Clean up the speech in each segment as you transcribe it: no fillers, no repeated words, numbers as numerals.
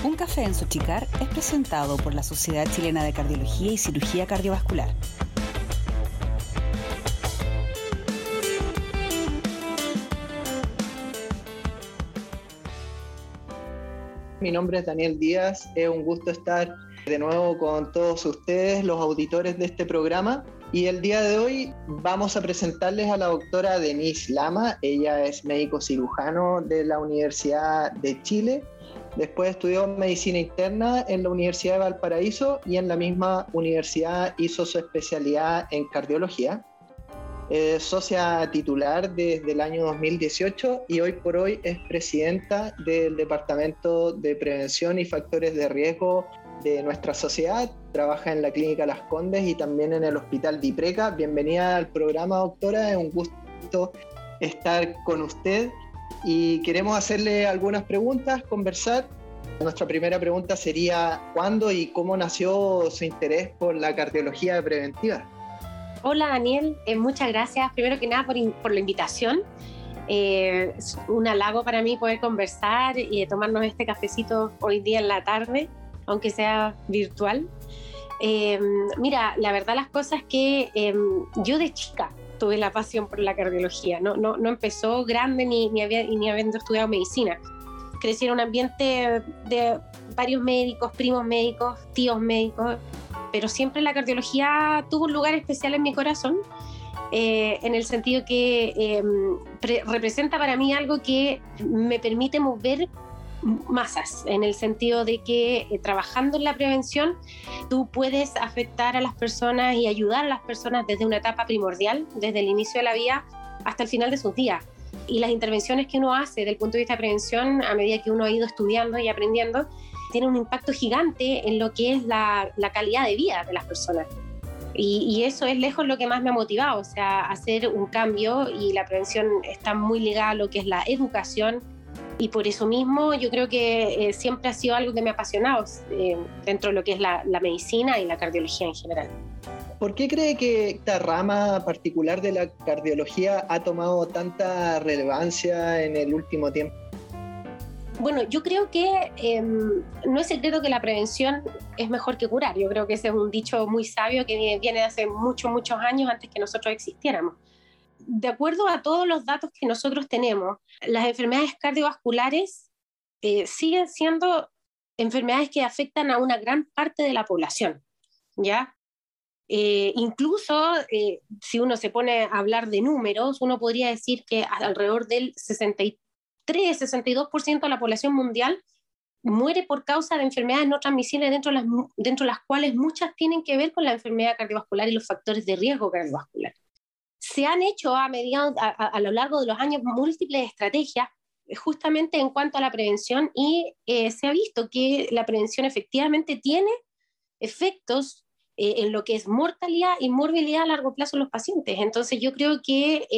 Un café en Sochicar es presentado por la Sociedad Chilena de Cardiología y Cirugía Cardiovascular. Mi nombre es Daniel Díaz, es un gusto estar de nuevo con todos ustedes, los auditores de este programa. Y el día de hoy vamos a presentarles a la doctora Denise Lama. Ella es médico cirujano de la Universidad de Chile. Después estudió medicina interna en la Universidad de Valparaíso y en la misma universidad hizo su especialidad en cardiología. Es socia titular desde el año 2018 y hoy por hoy es presidenta del Departamento de Prevención y Factores de Riesgo de nuestra sociedad. Trabaja en la Clínica Las Condes y también en el Hospital de Ipreca. Bienvenida al programa, doctora. Es un gusto estar con usted y queremos hacerle algunas preguntas, conversar. Nuestra primera pregunta sería: ¿cuándo y cómo nació su interés por la cardiología preventiva? Hola Daniel, muchas gracias primero que nada por la invitación. Es un halago para mí poder conversar y tomarnos este cafecito hoy día en la tarde, aunque sea virtual. Mira, la verdad las cosas es que yo de chica tuve la pasión por la cardiología. No empezó grande ni habiendo estudiado medicina. Crecí en un ambiente de varios médicos, primos médicos, tíos médicos, pero siempre la cardiología tuvo un lugar especial en mi corazón, en el sentido que representa para mí algo que me permite mover masas, en el sentido de que trabajando en la prevención tú puedes afectar a las personas y ayudar a las personas desde una etapa primordial, desde el inicio de la vida hasta el final de sus días. Y las intervenciones que uno hace desde el punto de vista de prevención, a medida que uno ha ido estudiando y aprendiendo, tiene un impacto gigante en lo que es la calidad de vida de las personas. Y eso es lejos lo que más me ha motivado, o sea, hacer un cambio, y la prevención está muy ligada a lo que es la educación, y por eso mismo yo creo que siempre ha sido algo que me ha apasionado dentro de lo que es la medicina y la cardiología en general. ¿Por qué cree que esta rama particular de la cardiología ha tomado tanta relevancia en el último tiempo? Bueno, yo creo que no es secreto que la prevención es mejor que curar. Yo creo que ese es un dicho muy sabio que viene de hace muchos años antes que nosotros existiéramos. De acuerdo a todos los datos que nosotros tenemos, las enfermedades cardiovasculares siguen siendo enfermedades que afectan a una gran parte de la población, ¿ya? Incluso si uno se pone a hablar de números, uno podría decir que alrededor del 63-62% de la población mundial muere por causa de enfermedades no transmisibles, dentro de las cuales muchas tienen que ver con la enfermedad cardiovascular y los factores de riesgo cardiovascular. Se han hecho a lo largo de los años múltiples estrategias justamente en cuanto a la prevención, y se ha visto que la prevención efectivamente tiene efectos en lo que es mortalidad y morbilidad a largo plazo en los pacientes. Entonces yo creo que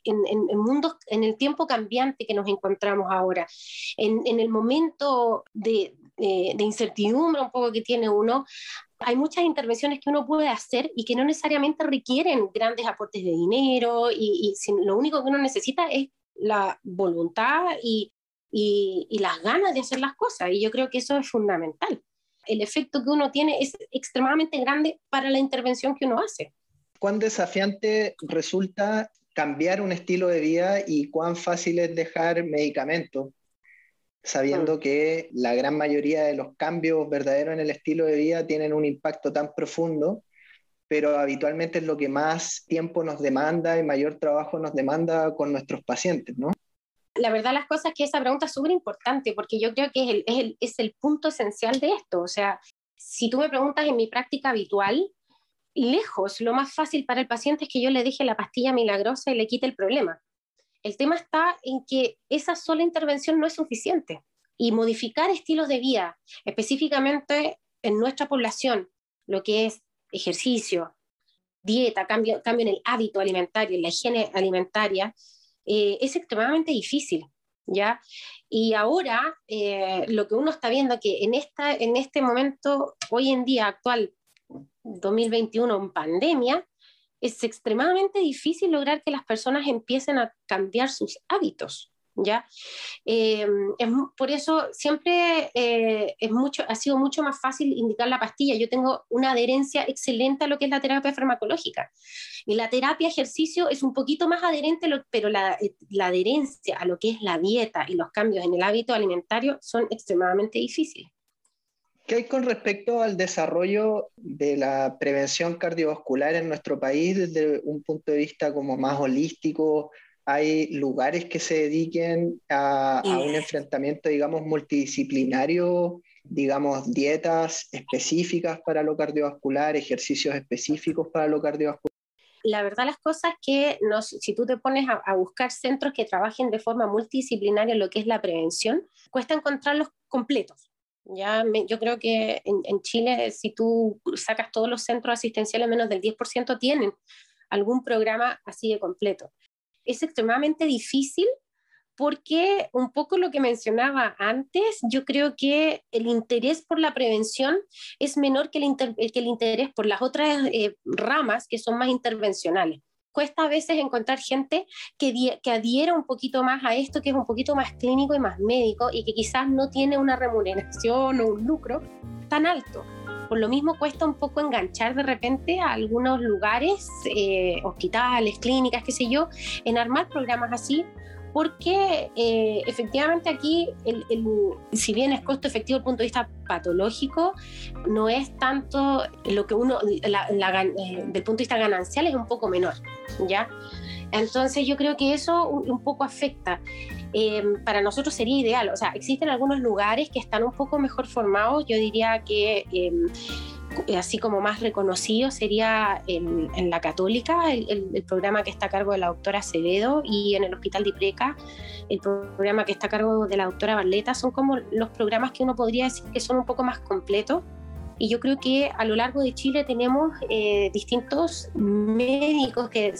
en el tiempo cambiante que nos encontramos ahora, en el momento de incertidumbre un poco que tiene uno, hay muchas intervenciones que uno puede hacer y que no necesariamente requieren grandes aportes de dinero, y lo único que uno necesita es la voluntad y las ganas de hacer las cosas, y yo creo que eso es fundamental. El efecto que uno tiene es extremadamente grande para la intervención que uno hace. ¿Cuán desafiante resulta cambiar un estilo de vida y cuán fácil es dejar medicamentos, sabiendo que la gran mayoría de los cambios verdaderos en el estilo de vida tienen un impacto tan profundo, pero habitualmente es lo que más tiempo nos demanda y mayor trabajo nos demanda con nuestros pacientes, ¿no? La verdad las cosas es que esa pregunta es súper importante, porque yo creo que es el punto esencial de esto. O sea, si tú me preguntas en mi práctica habitual, lejos, lo más fácil para el paciente es que yo le deje la pastilla milagrosa y le quite el problema. El tema está en que esa sola intervención no es suficiente, y modificar estilos de vida, específicamente en nuestra población, lo que es ejercicio, dieta, cambio en el hábito alimentario, en la higiene alimentaria, es extremadamente difícil, ¿ya? Y ahora lo que uno está viendo es que en este momento, hoy en día actual, 2021, en pandemia, es extremadamente difícil lograr que las personas empiecen a cambiar sus hábitos, ¿ya? Por eso siempre ha sido mucho más fácil indicar la pastilla. Yo tengo una adherencia excelente a lo que es la terapia farmacológica. Y la terapia ejercicio es un poquito más adherente, pero la adherencia a lo que es la dieta y los cambios en el hábito alimentario son extremadamente difíciles. ¿Qué hay con respecto al desarrollo de la prevención cardiovascular en nuestro país desde un punto de vista como más holístico? ¿Hay lugares que se dediquen a un enfrentamiento, digamos, multidisciplinario, digamos, dietas específicas para lo cardiovascular, ejercicios específicos para lo cardiovascular? La verdad las cosas que si tú te pones a buscar centros que trabajen de forma multidisciplinaria en lo que es la prevención, cuesta encontrarlos completos. Yo creo que en Chile, si tú sacas todos los centros asistenciales, menos del 10% tienen algún programa así de completo. Es extremadamente difícil porque un poco lo que mencionaba antes, yo creo que el interés por la prevención es menor que el interés por las otras ramas que son más intervencionales. Cuesta a veces encontrar gente que adhiera un poquito más a esto, que es un poquito más clínico y más médico y que quizás no tiene una remuneración o un lucro tan alto. Por lo mismo cuesta un poco enganchar de repente a algunos lugares, hospitales, clínicas, qué sé yo, en armar programas así, porque efectivamente aquí, si bien es costo efectivo desde el punto de vista patológico, no es tanto lo que uno, del punto de vista ganancial es un poco menor, ¿ya? Entonces yo creo que eso un poco afecta. Para nosotros sería ideal, o sea, existen algunos lugares que están un poco mejor formados, yo diría que así como más reconocido sería en la Católica, el programa que está a cargo de la doctora Acevedo, y en el Hospital de Ipreca, el programa que está a cargo de la doctora Barleta. Son como los programas que uno podría decir que son un poco más completos, y yo creo que a lo largo de Chile tenemos distintos médicos que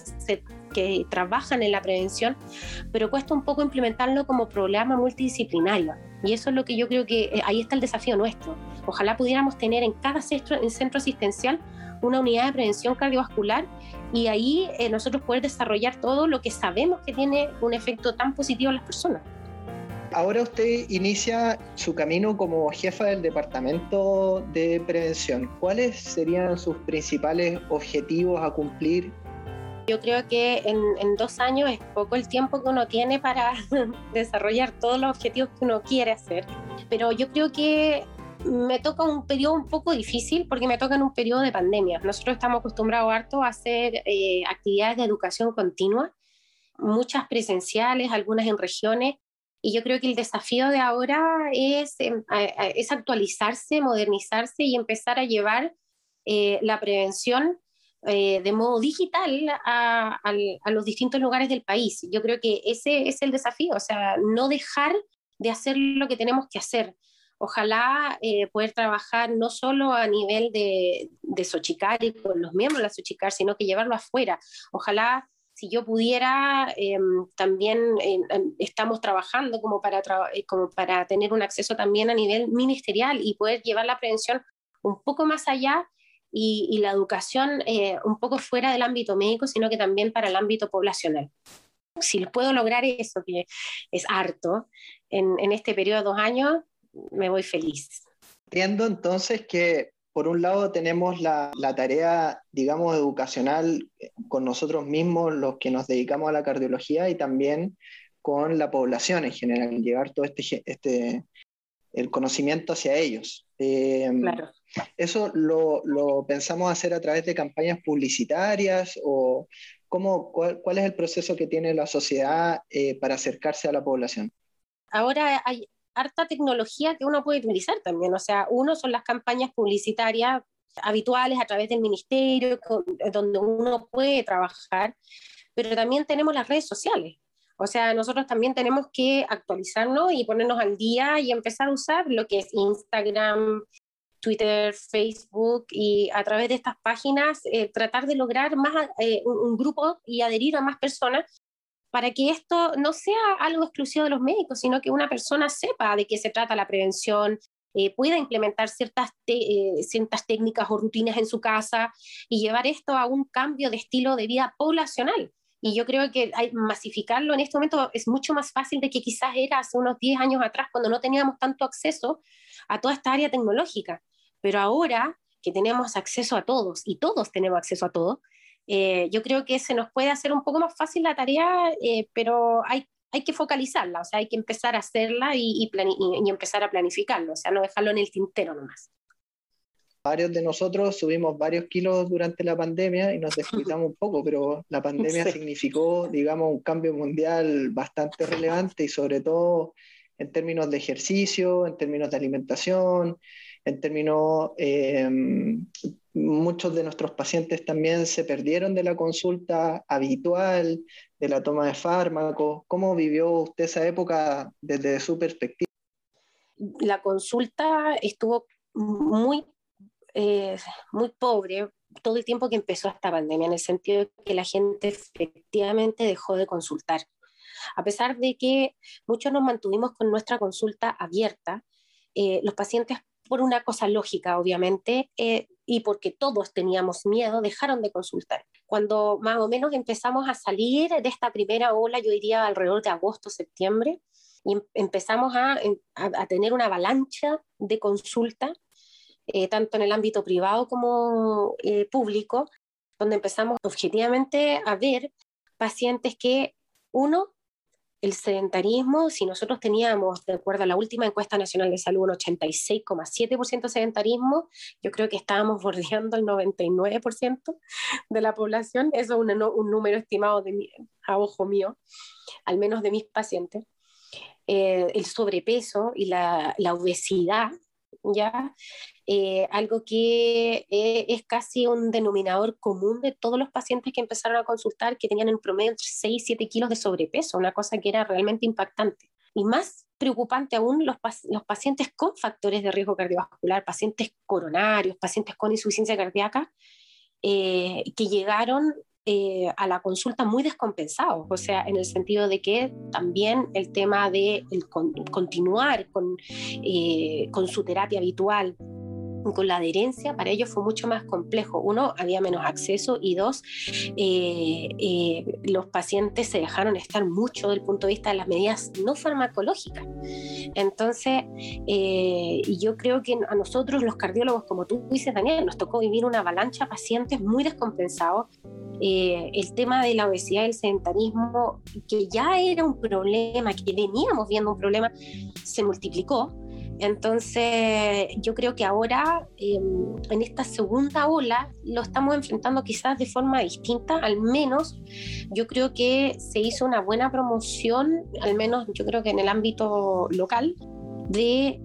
trabajan en la prevención, pero cuesta un poco implementarlo como programa multidisciplinario. Y eso es lo que yo creo que ahí está el desafío nuestro. Ojalá pudiéramos tener en cada centro asistencial una unidad de prevención cardiovascular y ahí nosotros poder desarrollar todo lo que sabemos que tiene un efecto tan positivo en las personas. Ahora usted inicia su camino como jefa del departamento de prevención. ¿Cuáles serían sus principales objetivos a cumplir? Yo creo que en 2 años es poco el tiempo que uno tiene para desarrollar todos los objetivos que uno quiere hacer, pero yo creo que me toca un periodo un poco difícil porque me toca en un periodo de pandemia. Nosotros estamos acostumbrados harto a hacer actividades de educación continua, muchas presenciales, algunas en regiones, y yo creo que el desafío de ahora es actualizarse, modernizarse y empezar a llevar la prevención de modo digital a los distintos lugares del país. Yo creo que ese es el desafío, o sea, no dejar de hacer lo que tenemos que hacer. Ojalá poder trabajar no solo a nivel de Xochicar y con los miembros de la Xochicar, sino que llevarlo afuera. Ojalá, si yo pudiera, también estamos trabajando como para tener un acceso también a nivel ministerial y poder llevar la prevención un poco más allá y la educación un poco fuera del ámbito médico, sino que también para el ámbito poblacional. Si puedo lograr eso, que es harto, en este periodo de 2 años, me voy feliz. Entiendo entonces que por un lado tenemos la tarea, digamos, educacional con nosotros mismos, los que nos dedicamos a la cardiología, y también con la población en general, llevar todo el conocimiento hacia ellos. Claro. ¿Eso lo pensamos hacer a través de campañas publicitarias o cuál es el proceso que tiene la sociedad para acercarse a la población? Ahora hay harta tecnología que uno puede utilizar también, o sea, uno son las campañas publicitarias habituales a través del ministerio, donde uno puede trabajar, pero también tenemos las redes sociales. O sea, nosotros también tenemos que actualizarnos y ponernos al día y empezar a usar lo que es Instagram, Twitter, Facebook, y a través de estas páginas tratar de lograr más un grupo y adherir a más personas para que esto no sea algo exclusivo de los médicos, sino que una persona sepa de qué se trata la prevención, pueda implementar ciertas técnicas o rutinas en su casa y llevar esto a un cambio de estilo de vida poblacional, Y yo creo que masificarlo en este momento es mucho más fácil de que quizás era hace unos 10 años atrás, cuando no teníamos tanto acceso a toda esta área tecnológica. Pero ahora que tenemos acceso a todos, y todos tenemos acceso a todo, yo creo que se nos puede hacer un poco más fácil la tarea, pero hay que focalizarla, o sea, hay que empezar a hacerla y empezar a planificarlo, o sea, no dejarlo en el tintero nomás. Varios de nosotros subimos varios kilos durante la pandemia y nos descuidamos un poco, pero la pandemia Sí. significó, digamos, un cambio mundial bastante relevante y sobre todo en términos de ejercicio, en términos de alimentación, en términos, muchos de nuestros pacientes también se perdieron de la consulta habitual, de la toma de fármacos. ¿Cómo vivió usted esa época desde su perspectiva? La consulta estuvo muy muy pobre todo el tiempo que empezó esta pandemia, en el sentido de que la gente efectivamente dejó de consultar. A pesar de que muchos nos mantuvimos con nuestra consulta abierta, los pacientes, por una cosa lógica, obviamente, y porque todos teníamos miedo, dejaron de consultar. Cuando más o menos empezamos a salir de esta primera ola, yo diría alrededor de agosto, septiembre, y empezamos a tener una avalancha de consulta, tanto en el ámbito privado como público, donde empezamos objetivamente a ver pacientes que, uno, el sedentarismo, si nosotros teníamos, de acuerdo a la última encuesta nacional de salud, un 86,7% de sedentarismo, yo creo que estábamos bordeando el 99% de la población. Eso es un número estimado a ojo mío, al menos de mis pacientes. El sobrepeso y la obesidad, ¿ya? Algo que es casi un denominador común de todos los pacientes que empezaron a consultar, que tenían en promedio entre 6 y 7 kilos de sobrepeso, una cosa que era realmente impactante. Y más preocupante aún, los pacientes con factores de riesgo cardiovascular, pacientes coronarios, pacientes con insuficiencia cardíaca, que llegaron a la consulta muy descompensados, o sea, en el sentido de que también el tema de continuar con su terapia habitual, con la adherencia, para ellos fue mucho más complejo. Uno, había menos acceso, y dos, los pacientes se dejaron estar mucho del punto de vista de las medidas no farmacológicas. Entonces, yo creo que a nosotros los cardiólogos, como tú dices, Daniel, nos tocó vivir una avalancha de pacientes muy descompensados. El tema de la obesidad y el sedentarismo, que ya era un problema, que veníamos viendo un problema, se multiplicó. Entonces yo creo que ahora, en esta segunda ola, lo estamos enfrentando quizás de forma distinta. Al menos yo creo que se hizo una buena promoción, al menos yo creo que en el ámbito local, de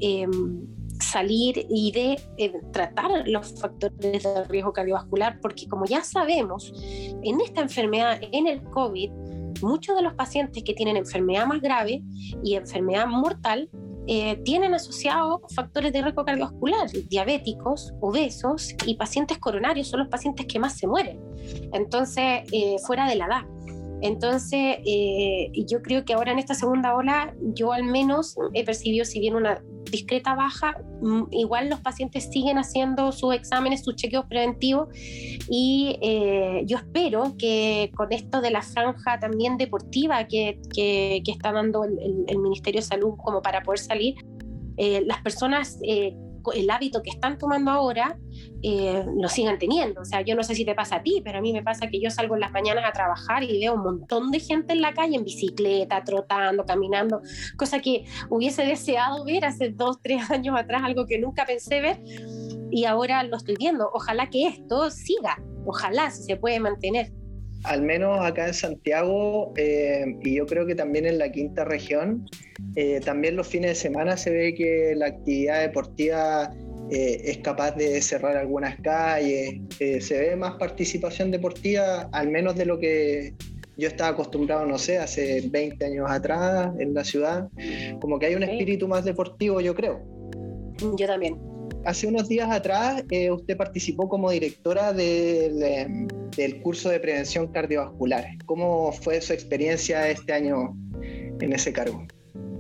salir y de tratar los factores de riesgo cardiovascular, porque como ya sabemos, en esta enfermedad, en el COVID, muchos de los pacientes que tienen enfermedad más grave y enfermedad mortal tienen asociados factores de riesgo cardiovascular, diabéticos, obesos y pacientes coronarios son los pacientes que más se mueren, entonces fuera de la edad. Entonces yo creo que ahora en esta segunda ola yo al menos he percibido, si bien una discreta baja, igual los pacientes siguen haciendo sus exámenes, sus chequeos preventivos, y yo espero que con esto de la franja también deportiva que está dando el Ministerio de Salud como para poder salir, las personas, el hábito que están tomando ahora, lo sigan teniendo. O sea, yo no sé si te pasa a ti, pero a mí me pasa que yo salgo en las mañanas a trabajar y veo un montón de gente en la calle, en bicicleta, trotando, caminando, cosa que hubiese deseado ver hace 2, 3 años atrás, algo que nunca pensé ver, y ahora lo estoy viendo. Ojalá que esto siga, ojalá, si se puede mantener. Al menos acá en Santiago, y yo creo que también en la quinta región, también los fines de semana se ve que la actividad deportiva es capaz de cerrar algunas calles, se ve más participación deportiva, al menos de lo que yo estaba acostumbrado, no sé, hace 20 años atrás en la ciudad, como que hay un espíritu más deportivo, yo creo. Yo también. Hace unos días atrás usted participó como directora del curso de prevención cardiovascular. ¿Cómo fue su experiencia este año en ese cargo?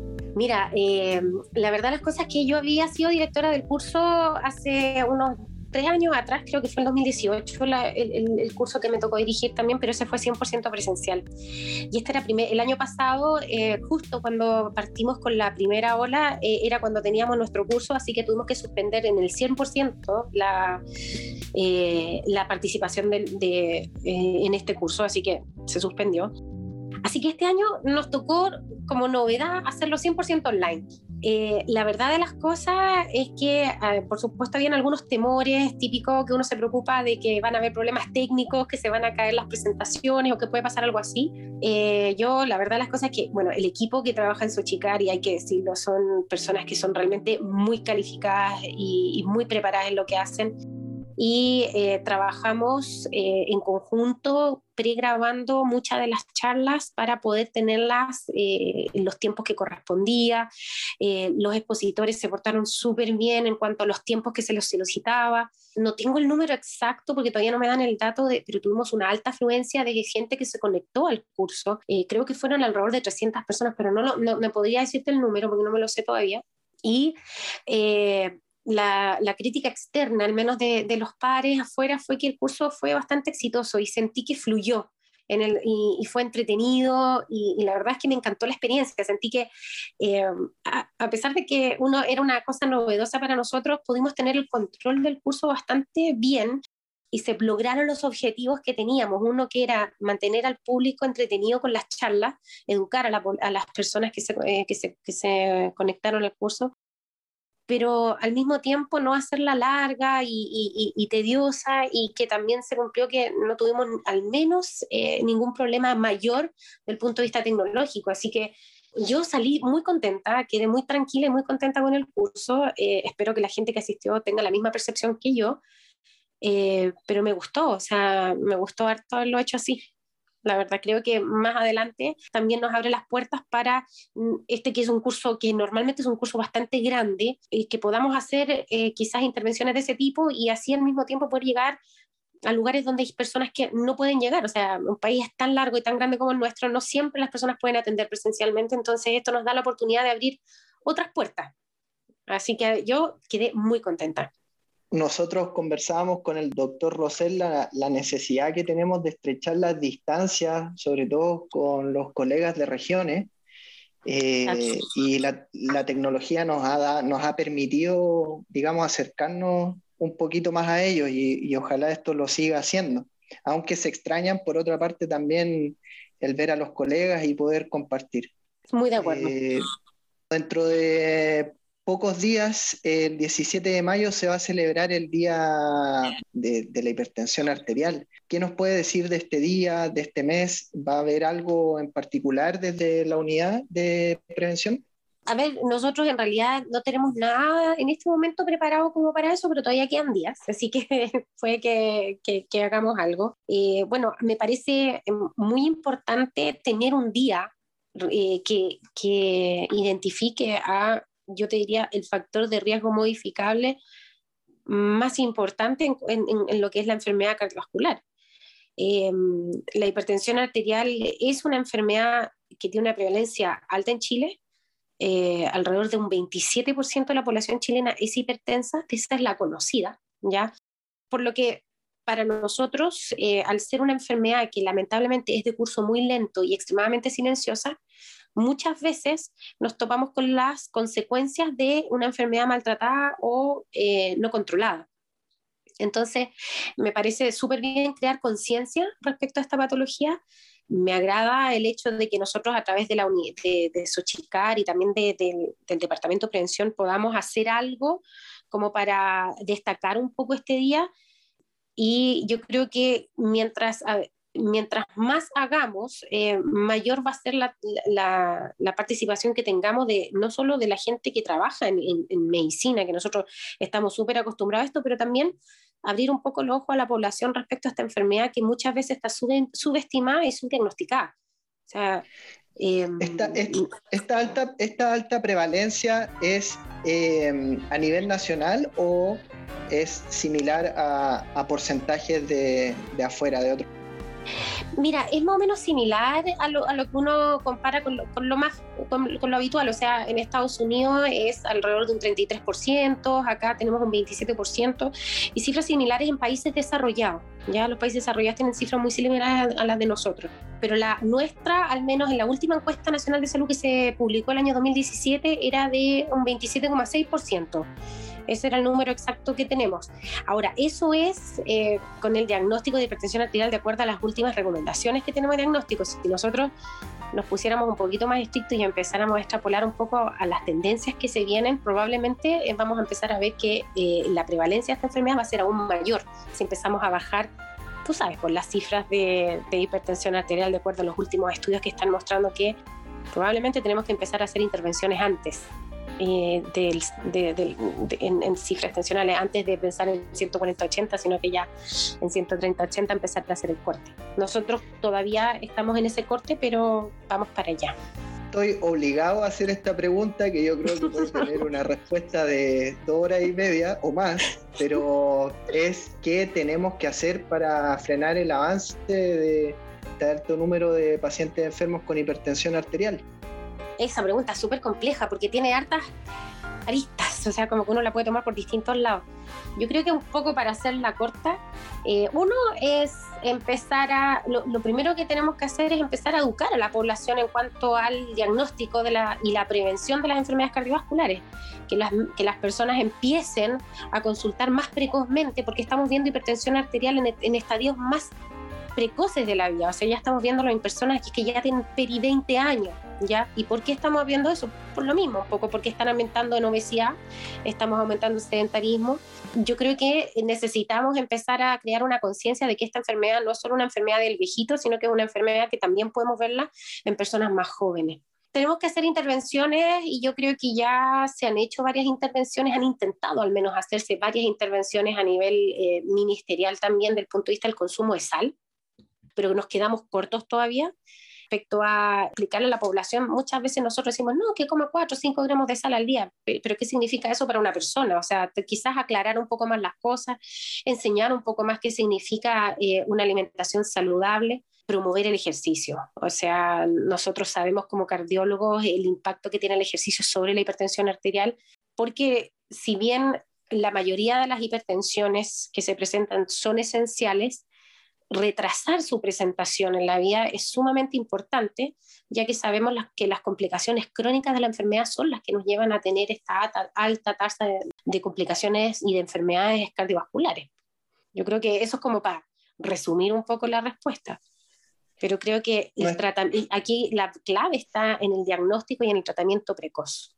Mira, la verdad las cosas es que yo había sido directora del curso hace unos 3 años atrás, creo que fue en 2018, el curso que me tocó dirigir también, pero ese fue 100% presencial. Y este era el año pasado, justo cuando partimos con la primera ola, era cuando teníamos nuestro curso, así que tuvimos que suspender en el 100% la participación en este curso, así que se suspendió. Así que este año nos tocó como novedad hacerlo 100% online. La verdad de las cosas es que, por supuesto, habían algunos temores típicos que uno se preocupa de que van a haber problemas técnicos, que se van a caer las presentaciones o que puede pasar algo así. La verdad de las cosas es que, bueno, el equipo que trabaja en Xochicari, hay que decirlo, son personas que son realmente muy calificadas y muy preparadas en lo que hacen. Y trabajamos en conjunto pregrabando muchas de las charlas para poder tenerlas en los tiempos que correspondía. Los expositores se portaron súper bien en cuanto a los tiempos que se les solicitaba. No tengo el número exacto porque todavía no me dan el dato, pero tuvimos una alta afluencia de gente que se conectó al curso. Creo que fueron alrededor de 300 personas, pero no podría decirte el número porque no me lo sé todavía. Y la crítica externa, al menos de los pares afuera, fue que el curso fue bastante exitoso y sentí que fluyó y fue entretenido y la verdad es que me encantó la experiencia. Sentí que a pesar de que era una cosa novedosa para nosotros, pudimos tener el control del curso bastante bien y se lograron los objetivos que teníamos. Uno que era mantener al público entretenido con las charlas, educar a las personas que se conectaron al curso, pero al mismo tiempo no hacerla larga y tediosa, y que también se cumplió que no tuvimos al menos ningún problema mayor del punto de vista tecnológico. Así que yo salí muy contenta, quedé muy tranquila y muy contenta con el curso. Espero que la gente que asistió tenga la misma percepción que yo, pero me gustó harto haberlo hecho así. La verdad, creo que más adelante también nos abre las puertas para que es un curso que normalmente es un curso bastante grande, que podamos hacer quizás intervenciones de ese tipo y así al mismo tiempo poder llegar a lugares donde hay personas que no pueden llegar. O sea, un país tan largo y tan grande como el nuestro, no siempre las personas pueden atender presencialmente, entonces esto nos da la oportunidad de abrir otras puertas. Así que yo quedé muy contenta. Nosotros conversábamos con el doctor Rosell la necesidad que tenemos de estrechar las distancias, sobre todo con los colegas de regiones, y la tecnología nos ha permitido, digamos, acercarnos un poquito más a ellos y ojalá esto lo siga haciendo. Aunque se extrañan, por otra parte, también el ver a los colegas y poder compartir. Muy de acuerdo. Dentro de pocos días, el 17 de mayo, se va a celebrar el Día de la Hipertensión Arterial. ¿Qué nos puede decir de este día, de este mes? ¿Va a haber algo en particular desde la unidad de prevención? A ver, nosotros en realidad no tenemos nada en este momento preparado como para eso, pero todavía quedan días, así que puede que hagamos algo. Bueno, me parece muy importante tener un día que identifique yo te diría, el factor de riesgo modificable más importante en lo que es la enfermedad cardiovascular. La hipertensión arterial es una enfermedad que tiene una prevalencia alta en Chile. Alrededor de un 27% de la población chilena es hipertensa, esa es la conocida, ¿ya? Por lo que para nosotros, al ser una enfermedad que lamentablemente es de curso muy lento y extremadamente silenciosa, muchas veces nos topamos con las consecuencias de una enfermedad maltratada o no controlada. Entonces, me parece súper bien crear conciencia respecto a esta patología. Me agrada el hecho de que nosotros, a través de la de Xochicari y también del Departamento de Prevención, podamos hacer algo como para destacar un poco este día. Y yo creo que mientras más hagamos, mayor va a ser la participación que tengamos no solo de la gente que trabaja en medicina, que nosotros estamos súper acostumbrados a esto, pero también abrir un poco el ojo a la población respecto a esta enfermedad que muchas veces está subestimada y subdiagnosticada. O sea, ¿Esta alta prevalencia es a nivel nacional o es similar a porcentajes de afuera, de otros? Mira, es más o menos similar a lo que uno compara con lo habitual. O sea, en Estados Unidos es alrededor de un 33%, acá tenemos un 27%, y cifras similares en países desarrollados. Ya los países desarrollados tienen cifras muy similares a las de nosotros. Pero la nuestra, al menos en la última encuesta nacional de salud que se publicó el año 2017, era de un 27,6%. Ese era el número exacto que tenemos. Ahora, eso es con el diagnóstico de hipertensión arterial de acuerdo a las últimas recomendaciones que tenemos de diagnóstico. Si nosotros nos pusiéramos un poquito más estrictos y empezáramos a extrapolar un poco a las tendencias que se vienen, probablemente vamos a empezar a ver que la prevalencia de esta enfermedad va a ser aún mayor si empezamos a bajar, tú sabes, por las cifras de hipertensión arterial de acuerdo a los últimos estudios que están mostrando que probablemente tenemos que empezar a hacer intervenciones antes. En cifras tensionales, antes de pensar en 140-80, sino que ya en 130-80 empezar a hacer el corte. Nosotros todavía estamos en ese corte, pero vamos para allá. Estoy obligado a hacer esta pregunta, que yo creo que puede tener una respuesta de 2 horas y media o más, pero es ¿qué tenemos que hacer para frenar el avance de alto número de pacientes enfermos con hipertensión arterial? Esa pregunta es súper compleja porque tiene hartas aristas, o sea, como que uno la puede tomar por distintos lados. Yo creo que un poco para hacerla corta, uno es empezar lo primero que tenemos que hacer es empezar a educar a la población en cuanto al diagnóstico y la prevención de las enfermedades cardiovasculares, que las personas empiecen a consultar más precozmente, porque estamos viendo hipertensión arterial en estadios más precoces de la vida. O sea, ya estamos viendo en personas que ya tienen 20 años, ¿ya? ¿Y por qué estamos viendo eso? Por lo mismo, un poco porque están aumentando en obesidad, estamos aumentando en sedentarismo. Yo creo que necesitamos empezar a crear una conciencia de que esta enfermedad no es solo una enfermedad del viejito, sino que es una enfermedad que también podemos verla en personas más jóvenes. Tenemos que hacer intervenciones y yo creo que ya se han hecho varias intervenciones, han intentado al menos hacerse varias intervenciones a nivel ministerial también del punto de vista del consumo de sal, pero nos quedamos cortos todavía. Respecto a explicarle a la población, muchas veces nosotros decimos, no, que coma 4 o 5 gramos de sal al día, pero ¿qué significa eso para una persona? O sea, quizás aclarar un poco más las cosas, enseñar un poco más qué significa una alimentación saludable, promover el ejercicio. O sea, nosotros sabemos como cardiólogos el impacto que tiene el ejercicio sobre la hipertensión arterial, porque si bien la mayoría de las hipertensiones que se presentan son esenciales, retrasar su presentación en la vida es sumamente importante, ya que sabemos que las complicaciones crónicas de la enfermedad son las que nos llevan a tener esta alta tasa de complicaciones y de enfermedades cardiovasculares. Yo creo que eso es como para resumir un poco la respuesta, pero creo que aquí la clave está en el diagnóstico y en el tratamiento precoz.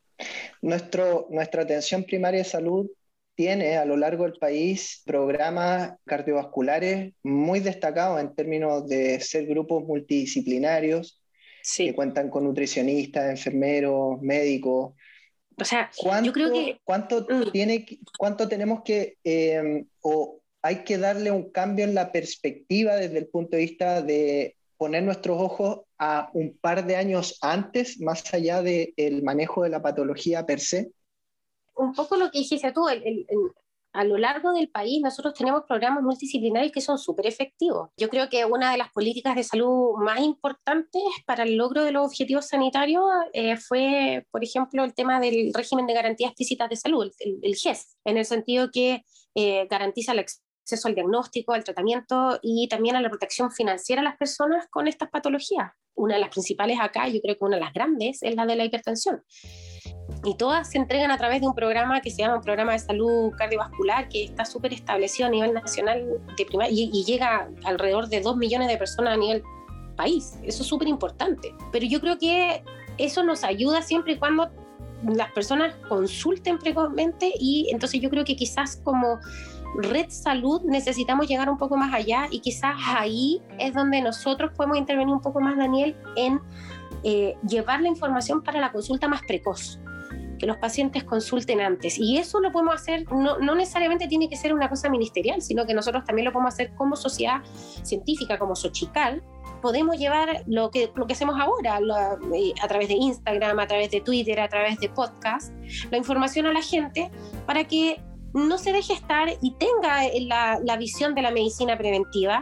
Nuestra atención primaria de salud tiene a lo largo del país programas cardiovasculares muy destacados en términos de ser grupos multidisciplinarios, sí, que cuentan con nutricionistas, enfermeros, médicos. O sea, yo creo que... ¿Cuánto tenemos que, o hay que darle un cambio en la perspectiva desde el punto de vista de poner nuestros ojos a un par de años antes, más allá del manejo de la patología per se? Un poco lo que dijiste tú, a lo largo del país nosotros tenemos programas multidisciplinarios que son súper efectivos. Yo creo que una de las políticas de salud más importantes para el logro de los objetivos sanitarios fue, por ejemplo, el tema del régimen de garantías explícitas de salud, el GES, en el sentido que garantiza el acceso al diagnóstico, al tratamiento y también a la protección financiera a las personas con estas patologías. Una de las principales acá, yo creo que una de las grandes, es la de la hipertensión. Y todas se entregan a través de un programa que se llama un programa de salud cardiovascular que está súper establecido a nivel nacional de primaria y llega alrededor de 2 millones de personas a nivel país. Eso es súper importante. Pero yo creo que eso nos ayuda siempre y cuando las personas consulten precozmente, y entonces yo creo que quizás como Red Salud necesitamos llegar un poco más allá, y quizás ahí es donde nosotros podemos intervenir un poco más, Daniel, en llevar la información para la consulta más precoz, que los pacientes consulten antes. Y eso lo podemos hacer, no necesariamente tiene que ser una cosa ministerial, sino que nosotros también lo podemos hacer como sociedad científica, como Xochical. Podemos llevar lo que hacemos ahora a través de Instagram, a través de Twitter, a través de podcast, la información a la gente para que no se deje estar y tenga la visión de la medicina preventiva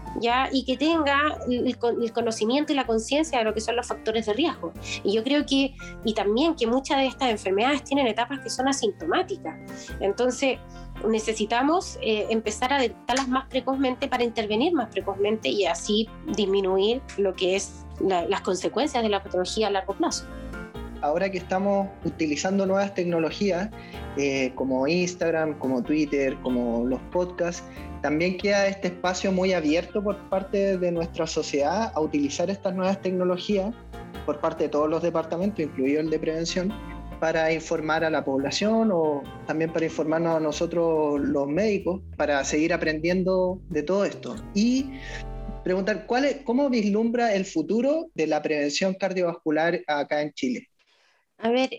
¿ya? Y que tenga el conocimiento y la conciencia de lo que son los factores de riesgo. Y yo creo que, y también que muchas de estas enfermedades tienen etapas que son asintomáticas. Entonces, necesitamos empezar a detectarlas más precozmente para intervenir más precozmente y así disminuir lo que es las consecuencias de la patología a largo plazo. Ahora que estamos utilizando nuevas tecnologías como Instagram, como Twitter, como los podcasts, también queda este espacio muy abierto por parte de nuestra sociedad a utilizar estas nuevas tecnologías por parte de todos los departamentos, incluido el de prevención, para informar a la población o también para informarnos a nosotros los médicos, para seguir aprendiendo de todo esto. Y preguntar, ¿cómo vislumbra el futuro de la prevención cardiovascular acá en Chile? A ver,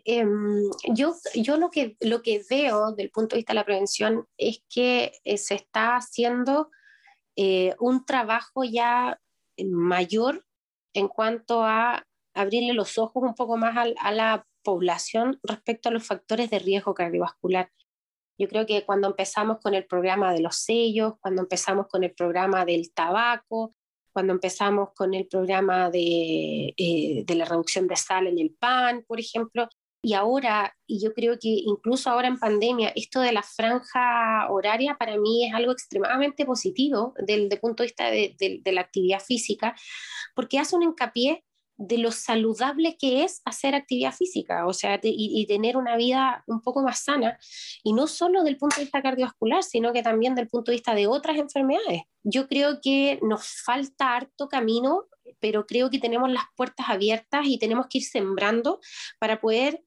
yo lo que veo del punto de vista de la prevención es que se está haciendo un trabajo ya mayor en cuanto a abrirle los ojos un poco más a la población respecto a los factores de riesgo cardiovascular. Yo creo que cuando empezamos con el programa de los sellos, cuando empezamos con el programa del tabaco, cuando empezamos con el programa de la reducción de sal en el pan, por ejemplo, y ahora, y yo creo que incluso ahora en pandemia, esto de la franja horaria para mí es algo extremadamente positivo desde el punto de vista de la actividad física, porque hace un hincapié de lo saludable que es hacer actividad física, o sea, y tener una vida un poco más sana, y no solo del punto de vista cardiovascular, sino que también del punto de vista de otras enfermedades. Yo creo que nos falta harto camino, pero creo que tenemos las puertas abiertas y tenemos que ir sembrando para poder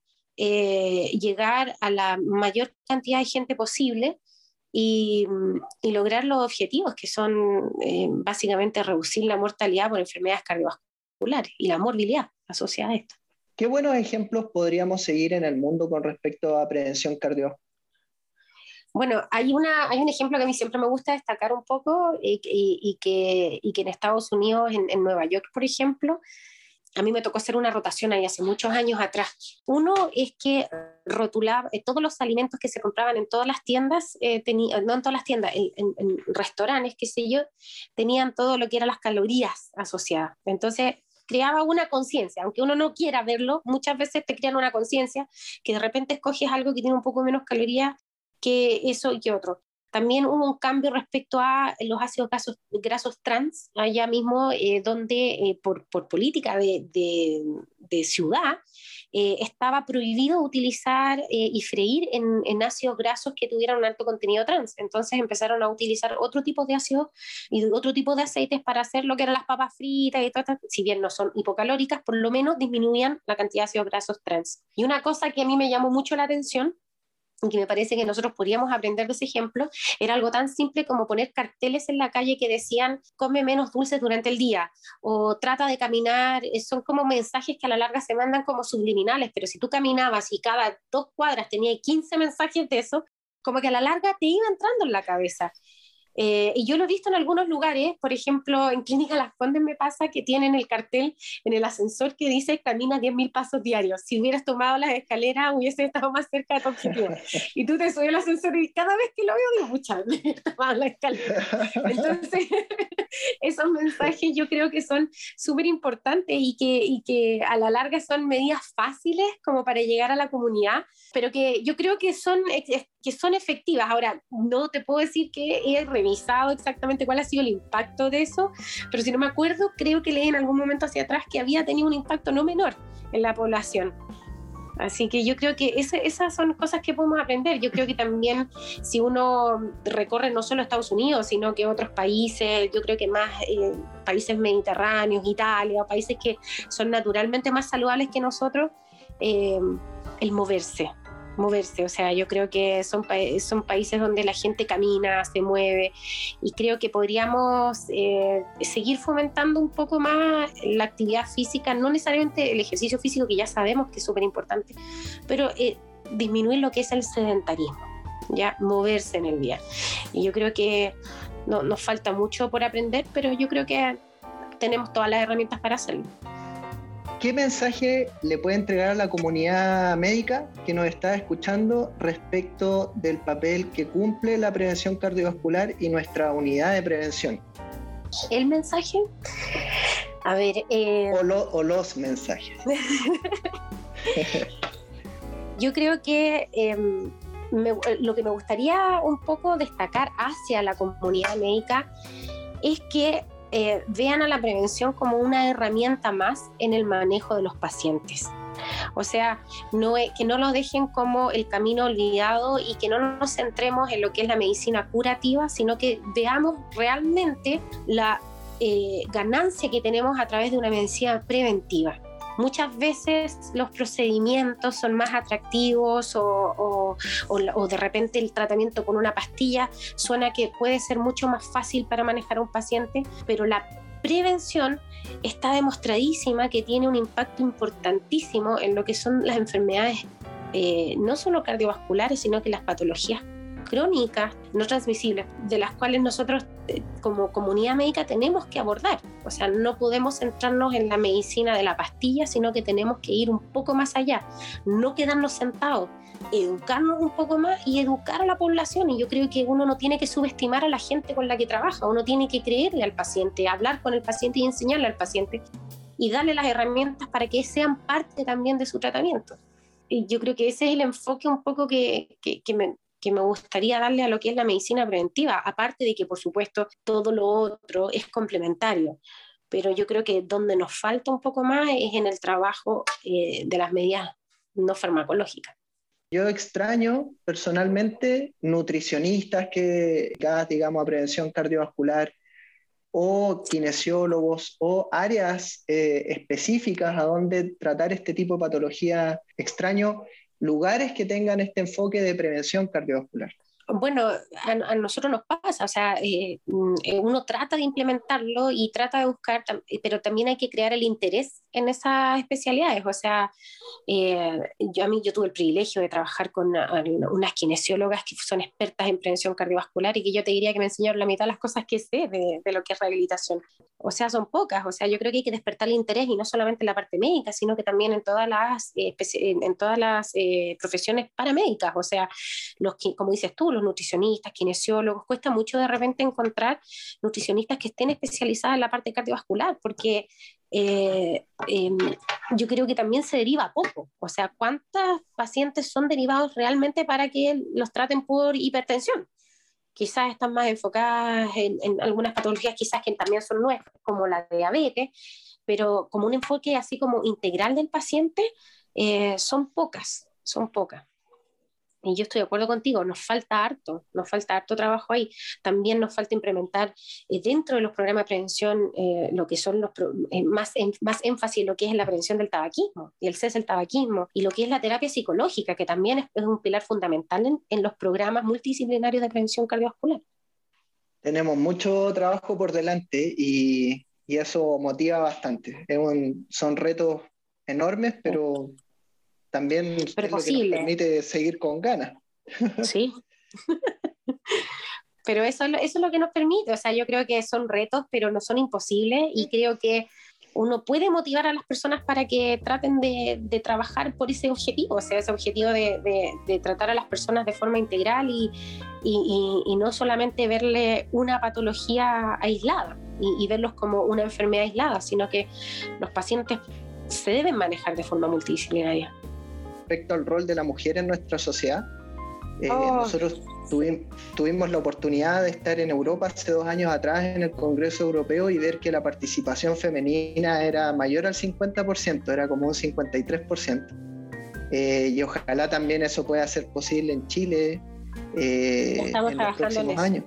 llegar a la mayor cantidad de gente posible y lograr los objetivos, que son básicamente reducir la mortalidad por enfermedades cardiovasculares y la morbilidad asociada a esto. ¿Qué buenos ejemplos podríamos seguir en el mundo con respecto a prevención cardiovascular? Bueno, hay un ejemplo que a mí siempre me gusta destacar un poco y que en Estados Unidos, en Nueva York, por ejemplo, a mí me tocó hacer una rotación ahí hace muchos años atrás. Uno es que rotulaba todos los alimentos que se compraban en todas las tiendas, no en todas las tiendas, en restaurantes, qué sé yo, tenían todo lo que eran las calorías asociadas. Entonces, creaba una conciencia, aunque uno no quiera verlo, muchas veces te crean una conciencia que de repente escoges algo que tiene un poco menos calorías que eso y que otro. También hubo un cambio respecto a los ácidos grasos trans, allá mismo donde por política de ciudad estaba prohibido utilizar y freír en ácidos grasos que tuvieran un alto contenido trans. Entonces empezaron a utilizar otro tipo de ácidos y otro tipo de aceites para hacer lo que eran las papas fritas y todo esto. Si bien no son hipocalóricas, por lo menos disminuían la cantidad de ácidos grasos trans. Y una cosa que a mí me llamó mucho la atención y que me parece que nosotros podríamos aprender de ese ejemplo, era algo tan simple como poner carteles en la calle que decían come menos dulces durante el día o trata de caminar. Son como mensajes que a la larga se mandan como subliminales, pero si tú caminabas y cada 2 cuadras tenías 15 mensajes de eso, como que a la larga te iba entrando en la cabeza. Y yo lo he visto en algunos lugares, por ejemplo, en Clínica Las Condes me pasa que tienen el cartel en el ascensor que dice camina 10.000 pasos diarios. Si hubieras tomado las escaleras, hubiese estado más cerca de tu objetivo. Y tú te subes al ascensor y cada vez que lo veo digo, pucha, he tomado la escalera. Entonces, esos mensajes yo creo que son súper importantes y que a la larga son medidas fáciles como para llegar a la comunidad, pero que yo creo que son efectivas. Ahora, no te puedo decir que he revisado exactamente cuál ha sido el impacto de eso, pero si no me acuerdo, creo que leí en algún momento hacia atrás que había tenido un impacto no menor en la población. Así que yo creo que esas son cosas que podemos aprender. Yo creo que también si uno recorre no solo Estados Unidos, sino que otros países, yo creo que más países mediterráneos, Italia, países que son naturalmente más saludables que nosotros, el moverse, o sea, yo creo que son países donde la gente camina, se mueve, y creo que podríamos seguir fomentando un poco más la actividad física, no necesariamente el ejercicio físico, que ya sabemos que es súper importante, pero disminuir lo que es el sedentarismo, ya moverse en el día. Y yo creo que nos falta mucho por aprender, pero yo creo que tenemos todas las herramientas para hacerlo. ¿Qué mensaje le puede entregar a la comunidad médica que nos está escuchando respecto del papel que cumple la prevención cardiovascular y nuestra unidad de prevención? El mensaje, a ver... O los mensajes. Yo creo que lo que me gustaría un poco destacar hacia la comunidad médica es que vean a la prevención como una herramienta más en el manejo de los pacientes. O sea, que no lo dejen como el camino olvidado y que no nos centremos en lo que es la medicina curativa, sino que veamos realmente la ganancia que tenemos a través de una medicina preventiva. Muchas veces los procedimientos son más atractivos o de repente el tratamiento con una pastilla suena que puede ser mucho más fácil para manejar a un paciente, pero la prevención está demostradísima que tiene un impacto importantísimo en lo que son las enfermedades, no solo cardiovasculares, sino que las patologías crónicas no transmisibles, de las cuales nosotros como comunidad médica tenemos que abordar. O sea, no podemos centrarnos en la medicina de la pastilla, sino que tenemos que ir un poco más allá, no quedarnos sentados, educarnos un poco más y educar a la población. Y yo creo que uno no tiene que subestimar a la gente con la que trabaja, uno tiene que creerle al paciente, hablar con el paciente y enseñarle al paciente y darle las herramientas para que sean parte también de su tratamiento. Y yo creo que ese es el enfoque un poco que me gustaría darle a lo que es la medicina preventiva, aparte de que, por supuesto, todo lo otro es complementario. Pero yo creo que donde nos falta un poco más es en el trabajo de las medidas no farmacológicas. Yo extraño personalmente nutricionistas que digamos, a prevención cardiovascular, o kinesiólogos o áreas específicas a donde tratar este tipo de patología. Extraño lugares que tengan este enfoque de prevención cardiovascular. Bueno, a nosotros nos pasa, o sea, uno trata de implementarlo y trata de buscar, pero también hay que crear el interés en esas especialidades. O sea, yo tuve el privilegio de trabajar con unas kinesiólogas que son expertas en prevención cardiovascular y que yo te diría que me enseñaron la mitad de las cosas que sé de lo que es rehabilitación. O sea, son pocas. O sea, yo creo que hay que despertar el interés y no solamente en la parte médica, sino que también en todas las profesiones paramédicas. O sea, como dices tú, los nutricionistas, kinesiólogos, cuesta mucho de repente encontrar nutricionistas que estén especializadas en la parte cardiovascular, porque yo creo que también se deriva poco. O sea, ¿cuántos pacientes son derivados realmente para que los traten por hipertensión? Quizás están más enfocadas en algunas patologías quizás que también son nuevas, como la diabetes, pero como un enfoque así como integral del paciente, son pocas. Y yo estoy de acuerdo contigo, nos falta harto trabajo ahí. También nos falta implementar dentro de los programas de prevención lo que son más énfasis en lo que es la prevención del tabaquismo y el cese del tabaquismo, y lo que es la terapia psicológica, que también es un pilar fundamental en los programas multidisciplinarios de prevención cardiovascular. Tenemos mucho trabajo por delante y eso motiva bastante. Son retos enormes, pero también es lo que nos permite seguir con ganas. Sí. Pero eso es lo que nos permite. O sea, yo creo que son retos, pero no son imposibles, y creo que uno puede motivar a las personas para que traten de trabajar por ese objetivo, o sea, ese objetivo de tratar a las personas de forma integral y no solamente verle una patología aislada y verlos como una enfermedad aislada, sino que los pacientes se deben manejar de forma multidisciplinaria. Respecto al rol de la mujer en nuestra sociedad, nosotros tuvimos la oportunidad de estar en Europa hace 2 años atrás en el Congreso Europeo y ver que la participación femenina era mayor al 50%, era como un 53%. Y ojalá también eso pueda ser posible en Chile en los próximos años.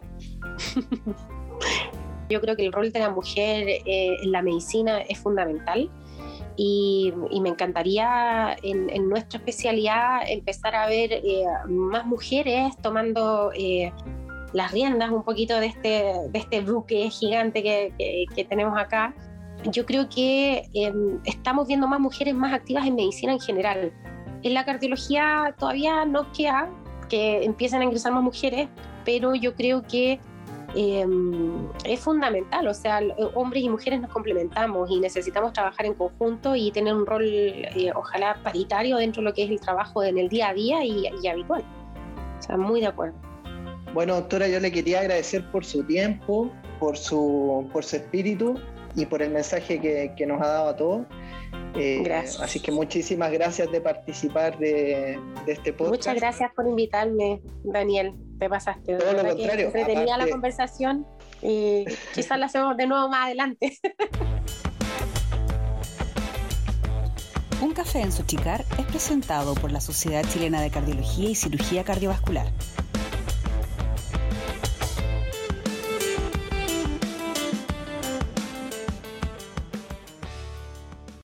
Yo creo que el rol de la mujer en la medicina es fundamental. Y me encantaría en nuestra especialidad empezar a ver más mujeres tomando las riendas un poquito de este buque gigante que tenemos acá. Yo creo que estamos viendo más mujeres más activas en medicina en general. En la cardiología todavía nos queda que empiecen a ingresar más mujeres, pero yo creo que es fundamental. O sea, hombres y mujeres nos complementamos y necesitamos trabajar en conjunto y tener un rol ojalá paritario dentro de lo que es el trabajo en el día a día y habitual. O sea, muy de acuerdo. Bueno, doctora, yo le quería agradecer por su tiempo, por su espíritu y por el mensaje que nos ha dado a todos. Gracias. Así que muchísimas gracias de participar de este podcast. Muchas gracias por invitarme, Daniel. Te pasaste. Todo lo contrario. Entretenida la conversación y quizás la hacemos de nuevo más adelante. Un café en Sochicar es presentado por la Sociedad Chilena de Cardiología y Cirugía Cardiovascular.